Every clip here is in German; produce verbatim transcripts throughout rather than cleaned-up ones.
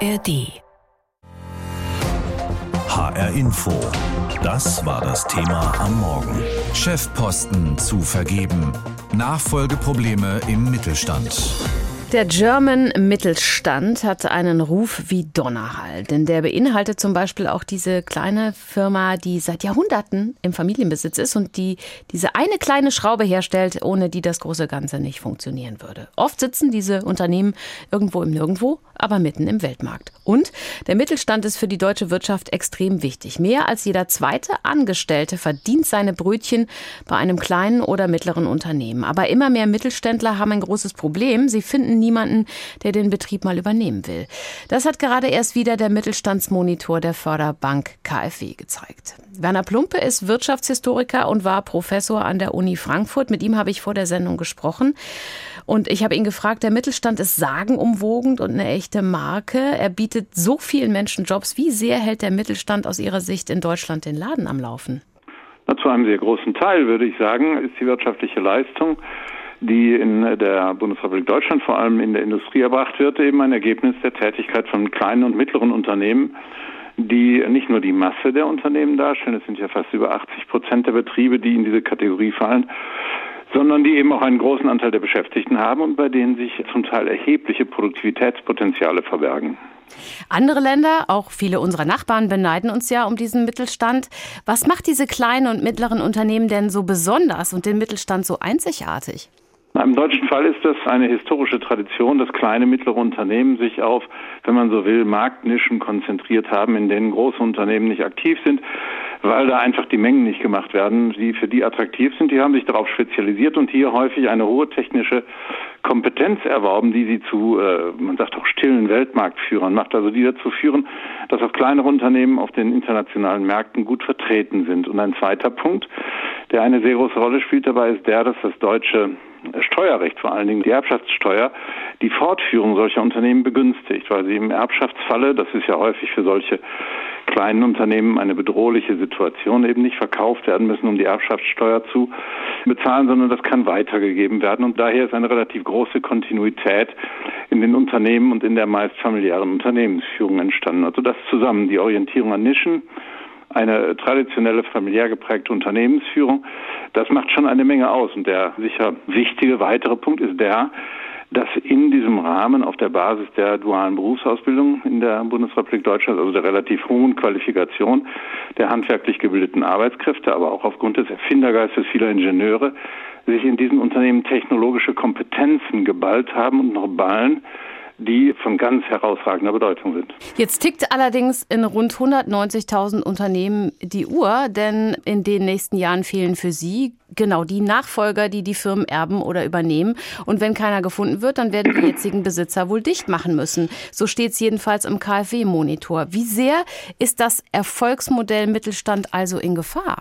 R D. H R Info. Das war das Thema am Morgen. Chefposten zu vergeben. Nachfolgeprobleme im Mittelstand. Der German Mittelstand hat einen Ruf wie Donnerhall, denn der beinhaltet zum Beispiel auch diese kleine Firma, die seit Jahrhunderten im Familienbesitz ist und die diese eine kleine Schraube herstellt, ohne die das große Ganze nicht funktionieren würde. Oft sitzen diese Unternehmen irgendwo im Nirgendwo, aber mitten im Weltmarkt. Und der Mittelstand ist für die deutsche Wirtschaft extrem wichtig. Mehr als jeder zweite Angestellte verdient seine Brötchen bei einem kleinen oder mittleren Unternehmen. Aber immer mehr Mittelständler haben ein großes Problem. Sie finden niemanden, der den Betrieb mal übernehmen will. Das hat gerade erst wieder der Mittelstandsmonitor der Förderbank K f W gezeigt. Werner Plumpe ist Wirtschaftshistoriker und war Professor an der Uni Frankfurt. Mit ihm habe ich vor der Sendung gesprochen. Und ich habe ihn gefragt, der Mittelstand ist sagenumwogend und eine echte Marke. Er bietet so vielen Menschen Jobs. Wie sehr hält der Mittelstand aus Ihrer Sicht in Deutschland den Laden am Laufen? Na, zu einem sehr großen Teil, würde ich sagen, ist die wirtschaftliche Leistung, die in der Bundesrepublik Deutschland vor allem in der Industrie erbracht wird, eben ein Ergebnis der Tätigkeit von kleinen und mittleren Unternehmen, die nicht nur die Masse der Unternehmen darstellen, es sind ja fast über achtzig Prozent der Betriebe, die in diese Kategorie fallen, sondern die eben auch einen großen Anteil der Beschäftigten haben und bei denen sich zum Teil erhebliche Produktivitätspotenziale verbergen. Andere Länder, auch viele unserer Nachbarn, beneiden uns ja um diesen Mittelstand. Was macht diese kleinen und mittleren Unternehmen denn so besonders und den Mittelstand so einzigartig? Im deutschen Fall ist das eine historische Tradition, dass kleine, mittlere Unternehmen sich auf, wenn man so will, Marktnischen konzentriert haben, in denen große Unternehmen nicht aktiv sind, weil da einfach die Mengen nicht gemacht werden, die für die attraktiv sind. Die haben sich darauf spezialisiert und hier häufig eine hohe technische Kompetenz erworben, die sie zu, äh, man sagt auch stillen Weltmarktführern macht, also die dazu führen, dass auch kleinere Unternehmen auf den internationalen Märkten gut vertreten sind. Und ein zweiter Punkt, der eine sehr große Rolle spielt dabei, ist der, dass das deutsche Steuerrecht, vor allen Dingen die Erbschaftssteuer, die Fortführung solcher Unternehmen begünstigt, weil sie im Erbschaftsfalle, das ist ja häufig für solche kleinen Unternehmen eine bedrohliche Situation, eben nicht verkauft werden müssen, um die Erbschaftssteuer zu bezahlen, sondern das kann weitergegeben werden. Und daher ist eine relativ große Kontinuität in den Unternehmen und in der meist familiären Unternehmensführung entstanden. Also das zusammen, die Orientierung an Nischen, eine traditionelle, familiär geprägte Unternehmensführung, das macht schon eine Menge aus. Und der sicher wichtige weitere Punkt ist der, dass in diesem Rahmen auf der Basis der dualen Berufsausbildung in der Bundesrepublik Deutschland, also der relativ hohen Qualifikation der handwerklich gebildeten Arbeitskräfte, aber auch aufgrund des Erfindergeistes vieler Ingenieure, sich in diesen Unternehmen technologische Kompetenzen geballt haben und noch ballen, die von ganz herausragender Bedeutung sind. Jetzt tickt allerdings in rund hundertneunzigtausend Unternehmen die Uhr, denn in den nächsten Jahren fehlen für Sie genau die Nachfolger, die die Firmen erben oder übernehmen. Und wenn keiner gefunden wird, dann werden die jetzigen Besitzer wohl dicht machen müssen. So steht es jedenfalls im K f W-Monitor. Wie sehr ist das Erfolgsmodell Mittelstand also in Gefahr?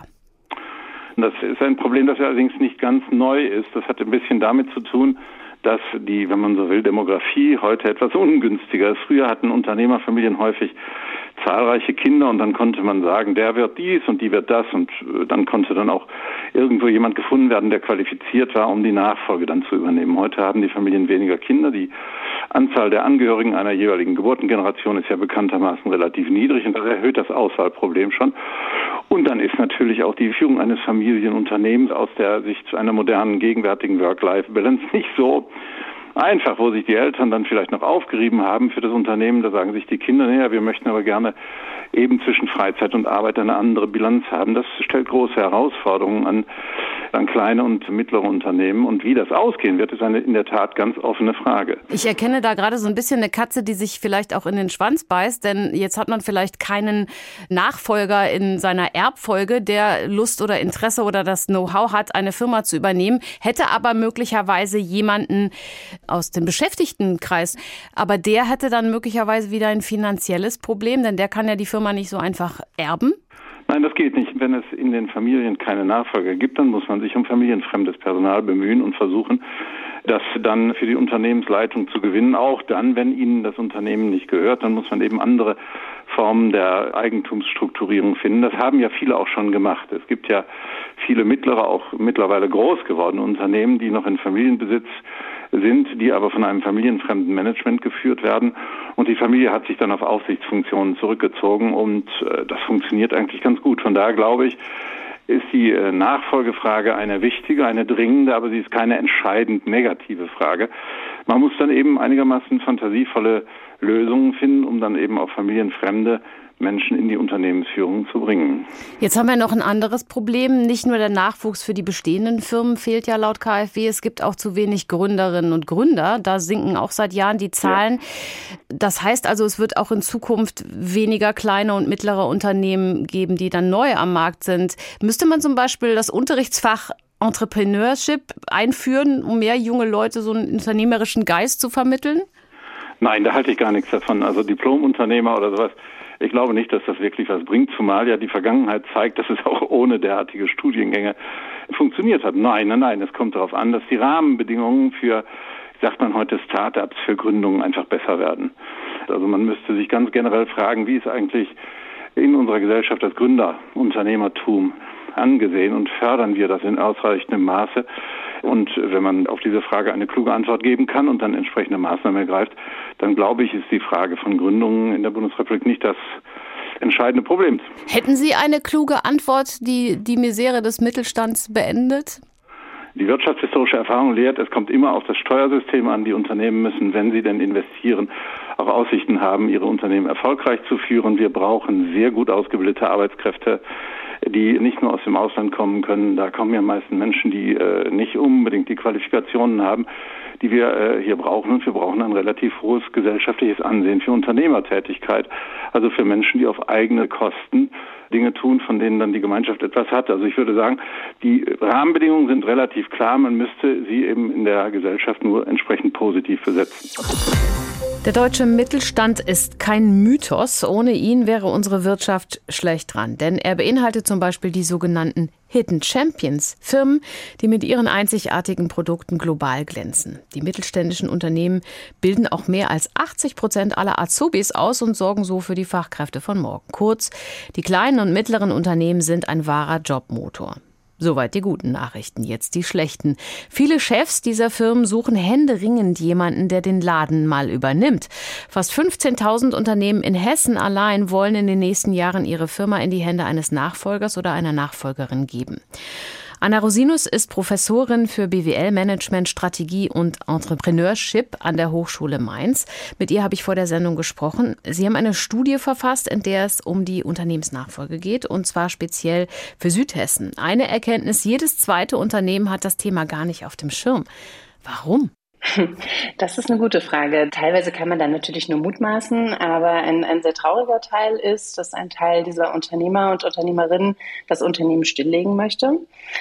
Das ist ein Problem, das allerdings nicht ganz neu ist. Das hat ein bisschen damit zu tun, dass die, wenn man so will, Demografie heute etwas ungünstiger ist. Früher hatten Unternehmerfamilien häufig zahlreiche Kinder und dann konnte man sagen, der wird dies und die wird das und dann konnte dann auch irgendwo jemand gefunden werden, der qualifiziert war, um die Nachfolge dann zu übernehmen. Heute haben die Familien weniger Kinder. Die Anzahl der Angehörigen einer jeweiligen Geburtengeneration ist ja bekanntermaßen relativ niedrig und das erhöht das Auswahlproblem schon. Und dann ist natürlich auch die Führung eines Familienunternehmens aus der Sicht zu einer modernen, gegenwärtigen Work-Life-Balance nicht so einfach, wo sich die Eltern dann vielleicht noch aufgerieben haben für das Unternehmen. Da sagen sich die Kinder, naja, wir möchten aber gerne eben zwischen Freizeit und Arbeit eine andere Bilanz haben. Das stellt große Herausforderungen an, an kleine und mittlere Unternehmen. Und wie das ausgehen wird, ist eine in der Tat ganz offene Frage. Ich erkenne da gerade so ein bisschen eine Katze, die sich vielleicht auch in den Schwanz beißt, denn jetzt hat man vielleicht keinen Nachfolger in seiner Erbfolge, der Lust oder Interesse oder das Know-how hat, eine Firma zu übernehmen, hätte aber möglicherweise jemanden aus dem Beschäftigtenkreis. Aber der hätte dann möglicherweise wieder ein finanzielles Problem, denn der kann ja die Firma nicht so einfach erben. Nein, das geht nicht. Wenn es in den Familien keine Nachfolger gibt, dann muss man sich um familienfremdes Personal bemühen und versuchen, das dann für die Unternehmensleitung zu gewinnen. Auch dann, wenn ihnen das Unternehmen nicht gehört, dann muss man eben andere Formen der Eigentumsstrukturierung finden. Das haben ja viele auch schon gemacht. Es gibt ja viele mittlere, auch mittlerweile groß gewordene Unternehmen, die noch in Familienbesitz sind, die aber von einem familienfremden Management geführt werden. Und die Familie hat sich dann auf Aufsichtsfunktionen zurückgezogen und äh, das funktioniert eigentlich ganz gut. Von daher glaube ich, ist die äh, Nachfolgefrage eine wichtige, eine dringende, aber sie ist keine entscheidend negative Frage. Man muss dann eben einigermaßen fantasievolle Lösungen finden, um dann eben auch familienfremde Menschen in die Unternehmensführung zu bringen. Jetzt haben wir noch ein anderes Problem. Nicht nur der Nachwuchs für die bestehenden Firmen fehlt ja laut K f W, es gibt auch zu wenig Gründerinnen und Gründer. Da sinken auch seit Jahren die Zahlen. Ja. Das heißt also, es wird auch in Zukunft weniger kleine und mittlere Unternehmen geben, die dann neu am Markt sind. Müsste man zum Beispiel das Unterrichtsfach Entrepreneurship einführen, um mehr junge Leute so einen unternehmerischen Geist zu vermitteln? Nein, da halte ich gar nichts davon. Also Diplomunternehmer oder sowas, ich glaube nicht, dass das wirklich was bringt, zumal ja die Vergangenheit zeigt, dass es auch ohne derartige Studiengänge funktioniert hat. Nein, nein, nein, es kommt darauf an, dass die Rahmenbedingungen für, sagt man heute, Start-ups, für Gründungen einfach besser werden. Also man müsste sich ganz generell fragen, wie ist eigentlich in unserer Gesellschaft das Gründerunternehmertum angesehen und fördern wir das in ausreichendem Maße? Und wenn man auf diese Frage eine kluge Antwort geben kann und dann entsprechende Maßnahmen ergreift, dann glaube ich, ist die Frage von Gründungen in der Bundesrepublik nicht das entscheidende Problem. Hätten Sie eine kluge Antwort, die die Misere des Mittelstands beendet? Die wirtschaftshistorische Erfahrung lehrt, es kommt immer auf das Steuersystem an. Die Unternehmen müssen, wenn sie denn investieren, auch Aussichten haben, ihre Unternehmen erfolgreich zu führen. Wir brauchen sehr gut ausgebildete Arbeitskräfte, die nicht nur aus dem Ausland kommen können. Da kommen ja meistens Menschen, die äh, nicht unbedingt die Qualifikationen haben, die wir äh, hier brauchen. Und wir brauchen ein relativ hohes gesellschaftliches Ansehen für Unternehmertätigkeit. Also für Menschen, die auf eigene Kosten Dinge tun, von denen dann die Gemeinschaft etwas hat. Also ich würde sagen, die Rahmenbedingungen sind relativ klar. Man müsste sie eben in der Gesellschaft nur entsprechend positiv besetzen. Der deutsche Mittelstand ist kein Mythos. Ohne ihn wäre unsere Wirtschaft schlecht dran. Denn er beinhaltet zum Beispiel die sogenannten Hidden Champions, Firmen, die mit ihren einzigartigen Produkten global glänzen. Die mittelständischen Unternehmen bilden auch mehr als achtzig Prozent aller Azubis aus und sorgen so für die Fachkräfte von morgen. Kurz, die kleinen und mittleren Unternehmen sind ein wahrer Jobmotor. Soweit die guten Nachrichten, jetzt die schlechten. Viele Chefs dieser Firmen suchen händeringend jemanden, der den Laden mal übernimmt. Fast fünfzehntausend Unternehmen in Hessen allein wollen in den nächsten Jahren ihre Firma in die Hände eines Nachfolgers oder einer Nachfolgerin geben. Anna Rosinus ist Professorin für B W L, Management, Strategie und Entrepreneurship an der Hochschule Mainz. Mit ihr habe ich vor der Sendung gesprochen. Sie haben eine Studie verfasst, in der es um die Unternehmensnachfolge geht, und zwar speziell für Südhessen. Eine Erkenntnis: jedes zweite Unternehmen hat das Thema gar nicht auf dem Schirm. Warum? Das ist eine gute Frage. Teilweise kann man da natürlich nur mutmaßen, aber ein, ein sehr trauriger Teil ist, dass ein Teil dieser Unternehmer und Unternehmerinnen das Unternehmen stilllegen möchte.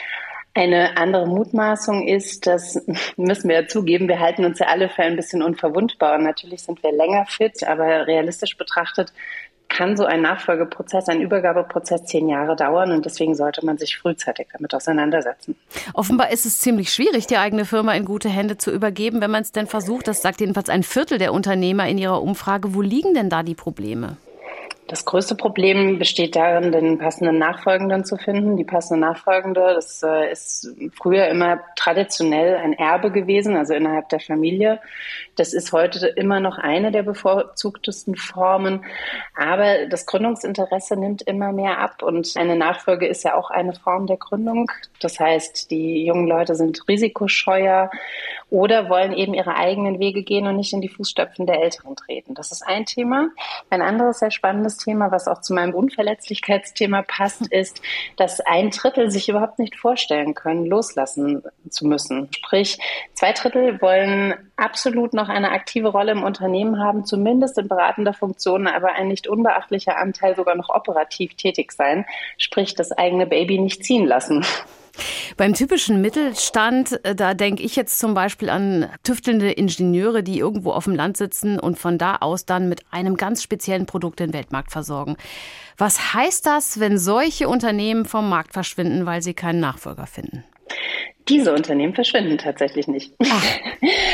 Eine andere Mutmaßung ist, das müssen wir ja zugeben, wir halten uns ja alle für ein bisschen unverwundbar und natürlich sind wir länger fit, aber realistisch betrachtet kann so ein Nachfolgeprozess, ein Übergabeprozess zehn Jahre dauern und deswegen sollte man sich frühzeitig damit auseinandersetzen. Offenbar ist es ziemlich schwierig, die eigene Firma in gute Hände zu übergeben, wenn man es denn versucht. Das sagt jedenfalls ein Viertel der Unternehmer in ihrer Umfrage. Wo liegen denn da die Probleme? Das größte Problem besteht darin, den passenden Nachfolgenden zu finden. Die passende Nachfolgende, das äh, ist früher immer traditionell ein Erbe gewesen, also innerhalb der Familie. Das ist heute immer noch eine der bevorzugtesten Formen. Aber das Gründungsinteresse nimmt immer mehr ab und eine Nachfolge ist ja auch eine Form der Gründung. Das heißt, die jungen Leute sind risikoscheuer oder wollen eben ihre eigenen Wege gehen und nicht in die Fußstapfen der Älteren treten. Das ist ein Thema. Ein anderes sehr spannendes Thema, was auch zu meinem Unverletzlichkeitsthema passt, ist, dass ein Drittel sich überhaupt nicht vorstellen können, loslassen zu müssen. Sprich, zwei Drittel wollen absolut noch eine aktive Rolle im Unternehmen haben, zumindest in beratender Funktion, aber ein nicht unbeachtlicher Anteil sogar noch operativ tätig sein, sprich das eigene Baby nicht ziehen lassen. Beim typischen Mittelstand, da denke ich jetzt zum Beispiel an tüftelnde Ingenieure, die irgendwo auf dem Land sitzen und von da aus dann mit einem ganz speziellen Produkt den Weltmarkt versorgen. Was heißt das, wenn solche Unternehmen vom Markt verschwinden, weil sie keinen Nachfolger finden? Diese Unternehmen verschwinden tatsächlich nicht.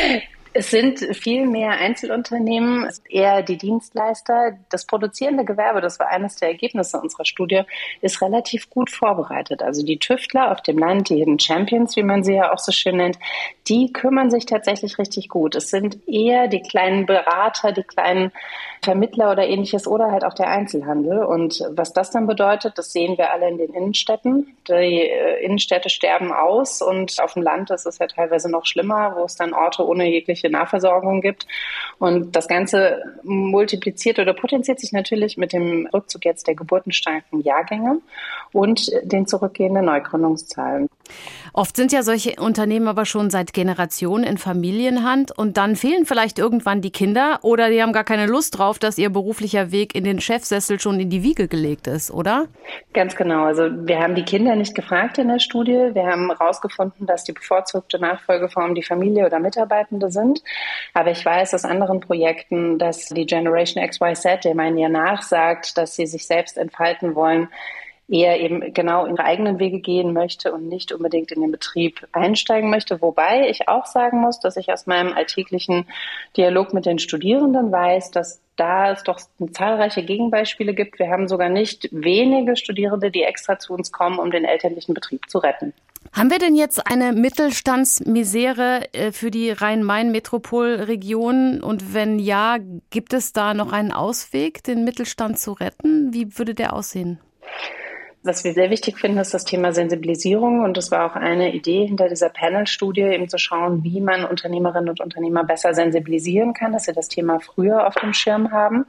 Es sind viel mehr Einzelunternehmen, es sind eher die Dienstleister. Das produzierende Gewerbe, das war eines der Ergebnisse unserer Studie, ist relativ gut vorbereitet. Also die Tüftler auf dem Land, die Hidden Champions, wie man sie ja auch so schön nennt, die kümmern sich tatsächlich richtig gut. Es sind eher die kleinen Berater, die kleinen Vermittler oder ähnliches oder halt auch der Einzelhandel. Und was das dann bedeutet, das sehen wir alle in den Innenstädten. Die Innenstädte sterben aus und auf dem Land ist es ja teilweise noch schlimmer, wo es dann Orte ohne jegliche Nahversorgung gibt. Und das Ganze multipliziert oder potenziert sich natürlich mit dem Rückzug jetzt der geburtenstarken Jahrgänge und den zurückgehenden Neugründungszahlen. Oft sind ja solche Unternehmen aber schon seit Generationen in Familienhand und dann fehlen vielleicht irgendwann die Kinder oder die haben gar keine Lust drauf, dass ihr beruflicher Weg in den Chefsessel schon in die Wiege gelegt ist, oder? Ganz genau. Also wir haben die Kinder nicht gefragt in der Studie. Wir haben herausgefunden, dass die bevorzugte Nachfolgeform die Familie oder Mitarbeitende sind. Aber ich weiß aus anderen Projekten, dass die Generation X Y Z, der meinen ja nachsagt, dass sie sich selbst entfalten wollen, eher eben genau ihre eigenen Wege gehen möchte und nicht unbedingt in den Betrieb einsteigen möchte. Wobei ich auch sagen muss, dass ich aus meinem alltäglichen Dialog mit den Studierenden weiß, dass da es doch zahlreiche Gegenbeispiele gibt. Wir haben sogar nicht wenige Studierende, die extra zu uns kommen, um den elterlichen Betrieb zu retten. Haben wir denn jetzt eine Mittelstandsmisere für die Rhein-Main-Metropolregion? Und wenn ja, gibt es da noch einen Ausweg, den Mittelstand zu retten? Wie würde der aussehen? Was wir sehr wichtig finden, ist das Thema Sensibilisierung. Und das war auch eine Idee hinter dieser Panel-Studie, eben zu schauen, wie man Unternehmerinnen und Unternehmer besser sensibilisieren kann, dass sie das Thema früher auf dem Schirm haben.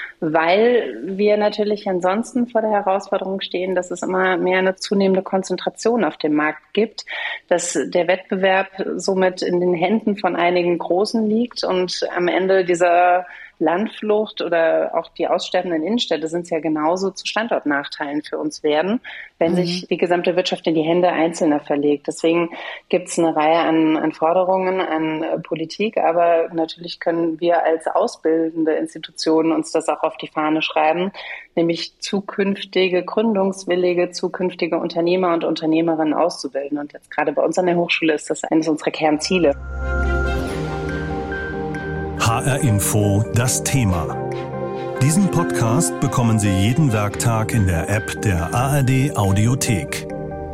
Weil wir natürlich ansonsten vor der Herausforderung stehen, dass es immer mehr eine zunehmende Konzentration auf dem Markt gibt, dass der Wettbewerb somit in den Händen von einigen Großen liegt und am Ende dieser Landflucht oder auch die aussterbenden Innenstädte sind es ja genauso zu Standortnachteilen für uns werden, wenn mhm. sich die gesamte Wirtschaft in die Hände Einzelner verlegt. Deswegen gibt es eine Reihe an, an Forderungen an Politik, aber natürlich können wir als ausbildende Institutionen uns das auch auf die Fahne schreiben, nämlich zukünftige gründungswillige, zukünftige Unternehmer und Unternehmerinnen auszubilden. Und jetzt gerade bei uns an der Hochschule ist das eines unserer Kernziele. H R Info, das Thema. Diesen Podcast bekommen Sie jeden Werktag in der App der A R D Audiothek.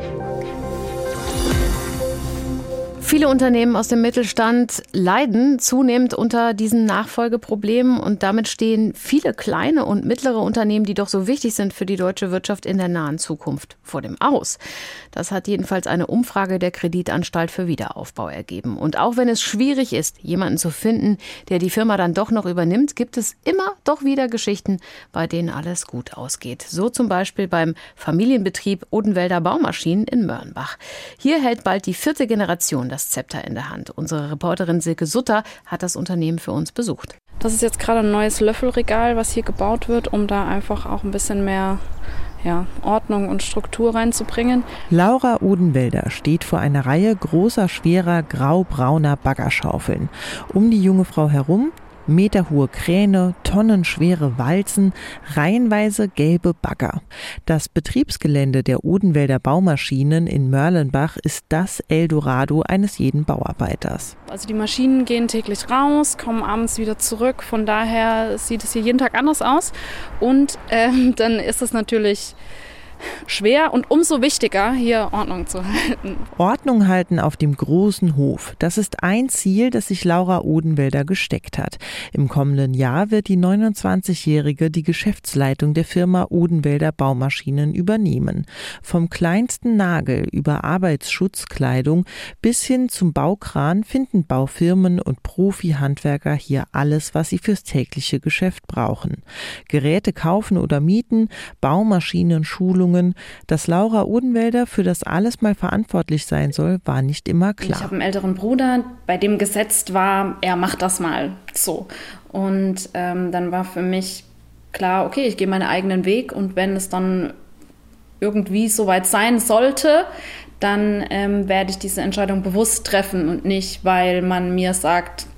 Viele Unternehmen aus dem Mittelstand leiden zunehmend unter diesen Nachfolgeproblemen und damit stehen viele kleine und mittlere Unternehmen, die doch so wichtig sind für die deutsche Wirtschaft in der nahen Zukunft, vor dem Aus. Das hat jedenfalls eine Umfrage der Kreditanstalt für Wiederaufbau ergeben. Und auch wenn es schwierig ist, jemanden zu finden, der die Firma dann doch noch übernimmt, gibt es immer doch wieder Geschichten, bei denen alles gut ausgeht. So zum Beispiel beim Familienbetrieb Odenwälder Baumaschinen in Mörnbach. Hier hält bald die vierte Generation das Zepter in der Hand. Unsere Reporterin Silke Sutter hat das Unternehmen für uns besucht. Das ist jetzt gerade ein neues Löffelregal, was hier gebaut wird, um da einfach auch ein bisschen mehr ja, Ordnung und Struktur reinzubringen. Laura Odenwälder steht vor einer Reihe großer, schwerer, grau-brauner Baggerschaufeln. Um die junge Frau herum meterhohe Kräne, tonnenschwere Walzen, reihenweise gelbe Bagger. Das Betriebsgelände der Odenwälder Baumaschinen in Mörlenbach ist das Eldorado eines jeden Bauarbeiters. Also die Maschinen gehen täglich raus, kommen abends wieder zurück. Von daher sieht es hier jeden Tag anders aus. Und ähm, dann ist es natürlich schwer und umso wichtiger, hier Ordnung zu halten. Ordnung halten auf dem großen Hof. Das ist ein Ziel, das sich Laura Odenwälder gesteckt hat. Im kommenden Jahr wird die neunundzwanzigjährige die Geschäftsleitung der Firma Odenwälder Baumaschinen übernehmen. Vom kleinsten Nagel über Arbeitsschutzkleidung bis hin zum Baukran finden Baufirmen und Profi-Handwerker hier alles, was sie fürs tägliche Geschäft brauchen. Geräte kaufen oder mieten, Baumaschinen, Schulungen. Dass Laura Odenwälder für das alles mal verantwortlich sein soll, war nicht immer klar. Ich habe einen älteren Bruder, bei dem gesetzt war, er macht das mal so. Und ähm, dann war für mich klar, okay, ich gehe meinen eigenen Weg und wenn es dann irgendwie soweit sein sollte, dann ähm, werde ich diese Entscheidung bewusst treffen und nicht, weil man mir sagt,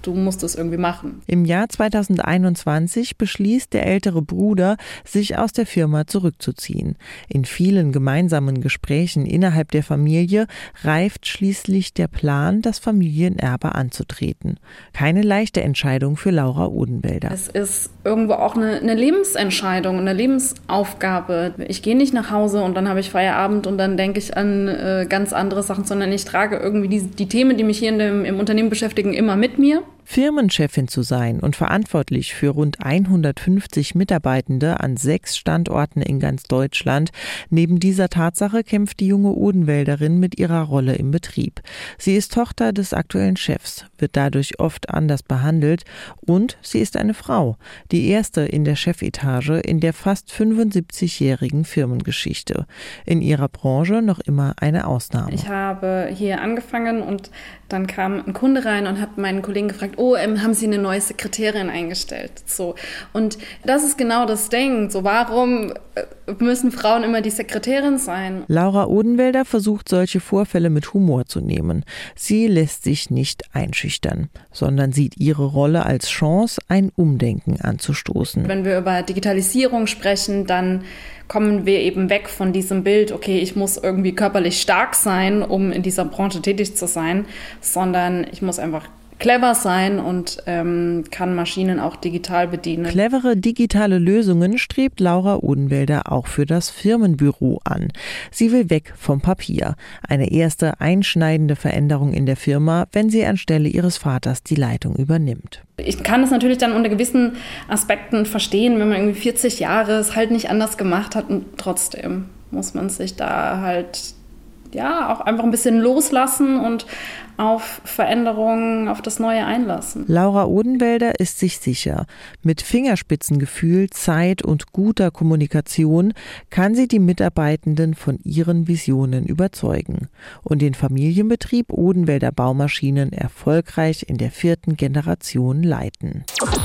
du musst es irgendwie machen. Im Jahr zweitausendeinundzwanzig beschließt der ältere Bruder, sich aus der Firma zurückzuziehen. In vielen gemeinsamen Gesprächen innerhalb der Familie reift schließlich der Plan, das Familienerbe anzutreten. Keine leichte Entscheidung für Laura Odenwälder. Es ist irgendwo auch eine, eine Lebensentscheidung, eine Lebensaufgabe. Ich gehe nicht nach Hause und dann habe ich Feierabend und dann denke ich an äh, ganz andere Sachen, sondern ich trage irgendwie die, die Themen, die mich hier in dem, im Unternehmen beschäftigen, immer mit mir. Firmenchefin zu sein und verantwortlich für rund hundertfünfzig Mitarbeitende an sechs Standorten in ganz Deutschland. Neben dieser Tatsache kämpft die junge Odenwälderin mit ihrer Rolle im Betrieb. Sie ist Tochter des aktuellen Chefs, wird dadurch oft anders behandelt und sie ist eine Frau, die erste in der Chefetage in der fast fünfundsiebzigjährigen Firmengeschichte. In ihrer Branche noch immer eine Ausnahme. Ich habe hier angefangen und dann kam ein Kunde rein und hat meinen Kollegen gefragt, oh, ähm, haben Sie eine neue Sekretärin eingestellt? So. Und das ist genau das Ding. So, warum müssen Frauen immer die Sekretärin sein? Laura Odenwälder versucht, solche Vorfälle mit Humor zu nehmen. Sie lässt sich nicht einschüchtern, sondern sieht ihre Rolle als Chance, ein Umdenken anzustoßen. Wenn wir über Digitalisierung sprechen, dann kommen wir eben weg von diesem Bild, okay, ich muss irgendwie körperlich stark sein, um in dieser Branche tätig zu sein, sondern ich muss einfach clever sein und ähm, kann Maschinen auch digital bedienen. Clevere digitale Lösungen strebt Laura Odenwälder auch für das Firmenbüro an. Sie will weg vom Papier. Eine erste einschneidende Veränderung in der Firma, wenn sie anstelle ihres Vaters die Leitung übernimmt. Ich kann es natürlich dann unter gewissen Aspekten verstehen, wenn man irgendwie vierzig Jahre es halt nicht anders gemacht hat und trotzdem muss man sich da halt ja auch einfach ein bisschen loslassen und auf Veränderungen, auf das Neue einlassen. Laura Odenwälder ist sich sicher, mit Fingerspitzengefühl, Zeit und guter Kommunikation kann sie die Mitarbeitenden von ihren Visionen überzeugen und den Familienbetrieb Odenwälder Baumaschinen erfolgreich in der vierten Generation leiten.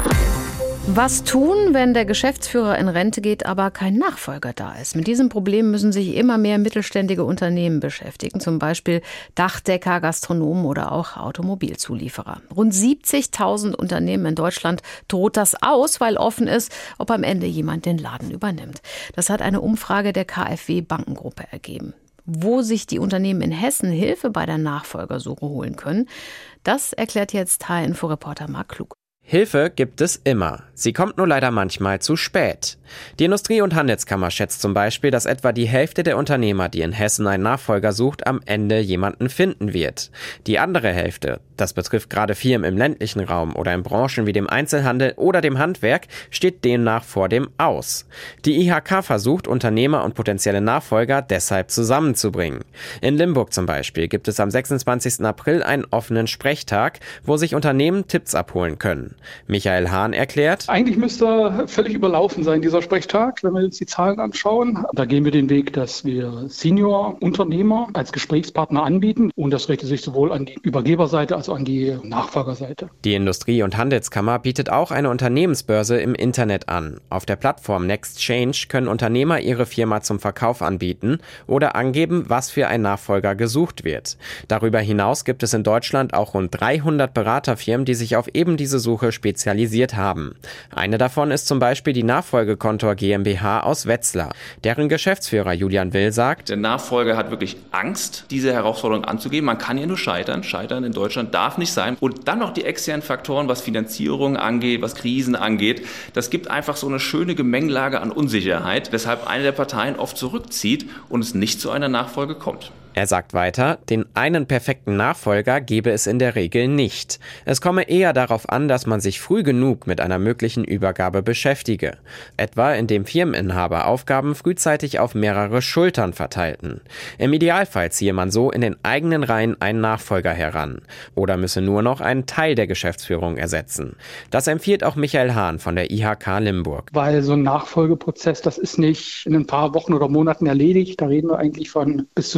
Was tun, wenn der Geschäftsführer in Rente geht, aber kein Nachfolger da ist? Mit diesem Problem müssen sich immer mehr mittelständige Unternehmen beschäftigen, zum Beispiel Dachdecker, Gastronomen oder auch Automobilzulieferer. Rund siebzigtausend Unternehmen in Deutschland droht das aus, weil offen ist, ob am Ende jemand den Laden übernimmt. Das hat eine Umfrage der K f W Bankengruppe ergeben. Wo sich die Unternehmen in Hessen Hilfe bei der Nachfolgersuche holen können, das erklärt jetzt H R-Info-Reporter Marc Klug. Hilfe gibt es immer. Sie kommt nur leider manchmal zu spät. Die Industrie- und Handelskammer schätzt zum Beispiel, dass etwa die Hälfte der Unternehmer, die in Hessen einen Nachfolger sucht, am Ende jemanden finden wird. Die andere Hälfte, das betrifft gerade Firmen im ländlichen Raum oder in Branchen wie dem Einzelhandel oder dem Handwerk, steht demnach vor dem Aus. Die I H K versucht, Unternehmer und potenzielle Nachfolger deshalb zusammenzubringen. In Limburg zum Beispiel gibt es am sechsundzwanzigsten April einen offenen Sprechtag, wo sich Unternehmen Tipps abholen können. Michael Hahn erklärt: Eigentlich müsste er völlig überlaufen sein, dieser Sprechtag, wenn wir uns die Zahlen anschauen. Da gehen wir den Weg, dass wir Senior-Unternehmer als Gesprächspartner anbieten. Und das richtet sich sowohl an die Übergeberseite als auch an die Nachfolgerseite. Die Industrie- und Handelskammer bietet auch eine Unternehmensbörse im Internet an. Auf der Plattform NextChange können Unternehmer ihre Firma zum Verkauf anbieten oder angeben, was für ein Nachfolger gesucht wird. Darüber hinaus gibt es in Deutschland auch rund dreihundert Beraterfirmen, die sich auf eben diese Suche spezialisiert haben. Eine davon ist zum Beispiel die Nachfolgekontor GmbH aus Wetzlar. Deren Geschäftsführer Julian Will sagt: Der Nachfolger hat wirklich Angst, diese Herausforderung anzugehen. Man kann ja nur scheitern. Scheitern in Deutschland darf nicht sein. Und dann noch die externen Faktoren, was Finanzierung angeht, was Krisen angeht. Das gibt einfach so eine schöne Gemengelage an Unsicherheit, weshalb eine der Parteien oft zurückzieht und es nicht zu einer Nachfolge kommt. Er sagt weiter, den einen perfekten Nachfolger gebe es in der Regel nicht. Es komme eher darauf an, dass man sich früh genug mit einer möglichen Übergabe beschäftige. Etwa indem Firmeninhaber Aufgaben frühzeitig auf mehrere Schultern verteilten. Im Idealfall ziehe man so in den eigenen Reihen einen Nachfolger heran oder müsse nur noch einen Teil der Geschäftsführung ersetzen. Das empfiehlt auch Michael Hahn von der I H K Limburg. Weil so ein Nachfolgeprozess, das ist nicht in ein paar Wochen oder Monaten erledigt. Da reden wir eigentlich von bis zu fünf Jahren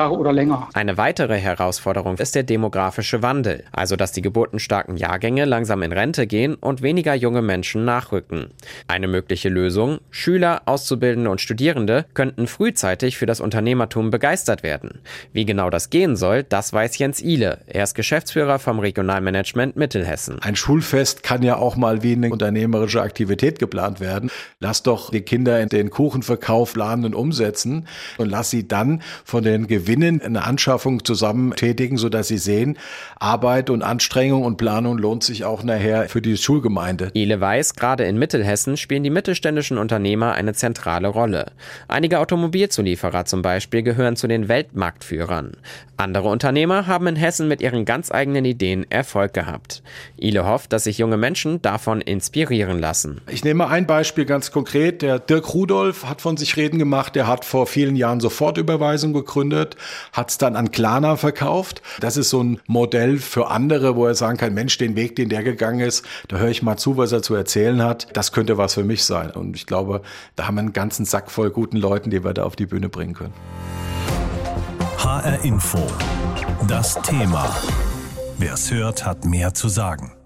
Jahre oder länger. Eine weitere Herausforderung ist der demografische Wandel, also dass die geburtenstarken Jahrgänge langsam in Rente gehen und weniger junge Menschen nachrücken. Eine mögliche Lösung: Schüler, Auszubildende und Studierende könnten frühzeitig für das Unternehmertum begeistert werden. Wie genau das gehen soll, das weiß Jens Ihle. Er ist Geschäftsführer vom Regionalmanagement Mittelhessen. Ein Schulfest kann ja auch mal wie eine unternehmerische Aktivität geplant werden. Lass doch die Kinder in den Kuchenverkauf planen und umsetzen und lass sie dann von den Gewinnen eine Anschaffung zusammen tätigen, sodass sie sehen, Arbeit und Anstrengung und Planung lohnt sich auch nachher für die Schulgemeinde. Ihle weiß, gerade in Mittelhessen spielen die mittelständischen Unternehmer eine zentrale Rolle. Einige Automobilzulieferer zum Beispiel gehören zu den Weltmarktführern. Andere Unternehmer haben in Hessen mit ihren ganz eigenen Ideen Erfolg gehabt. Ihle hofft, dass sich junge Menschen davon inspirieren lassen. Ich nehme ein Beispiel ganz konkret. Der Dirk Rudolph hat von sich reden gemacht. Der hat vor vielen Jahren Sofortüberweisung gegründet, hat es dann an Klarna verkauft. Das ist so ein Modell für andere, wo er sagen kann, Mensch, den Weg, den der gegangen ist, da höre ich mal zu, was er zu erzählen hat. Das könnte was für mich sein. Und ich glaube, da haben wir einen ganzen Sack voll guten Leuten, die wir da auf die Bühne bringen können. H R Info. Das Thema. Wer es hört, hat mehr zu sagen.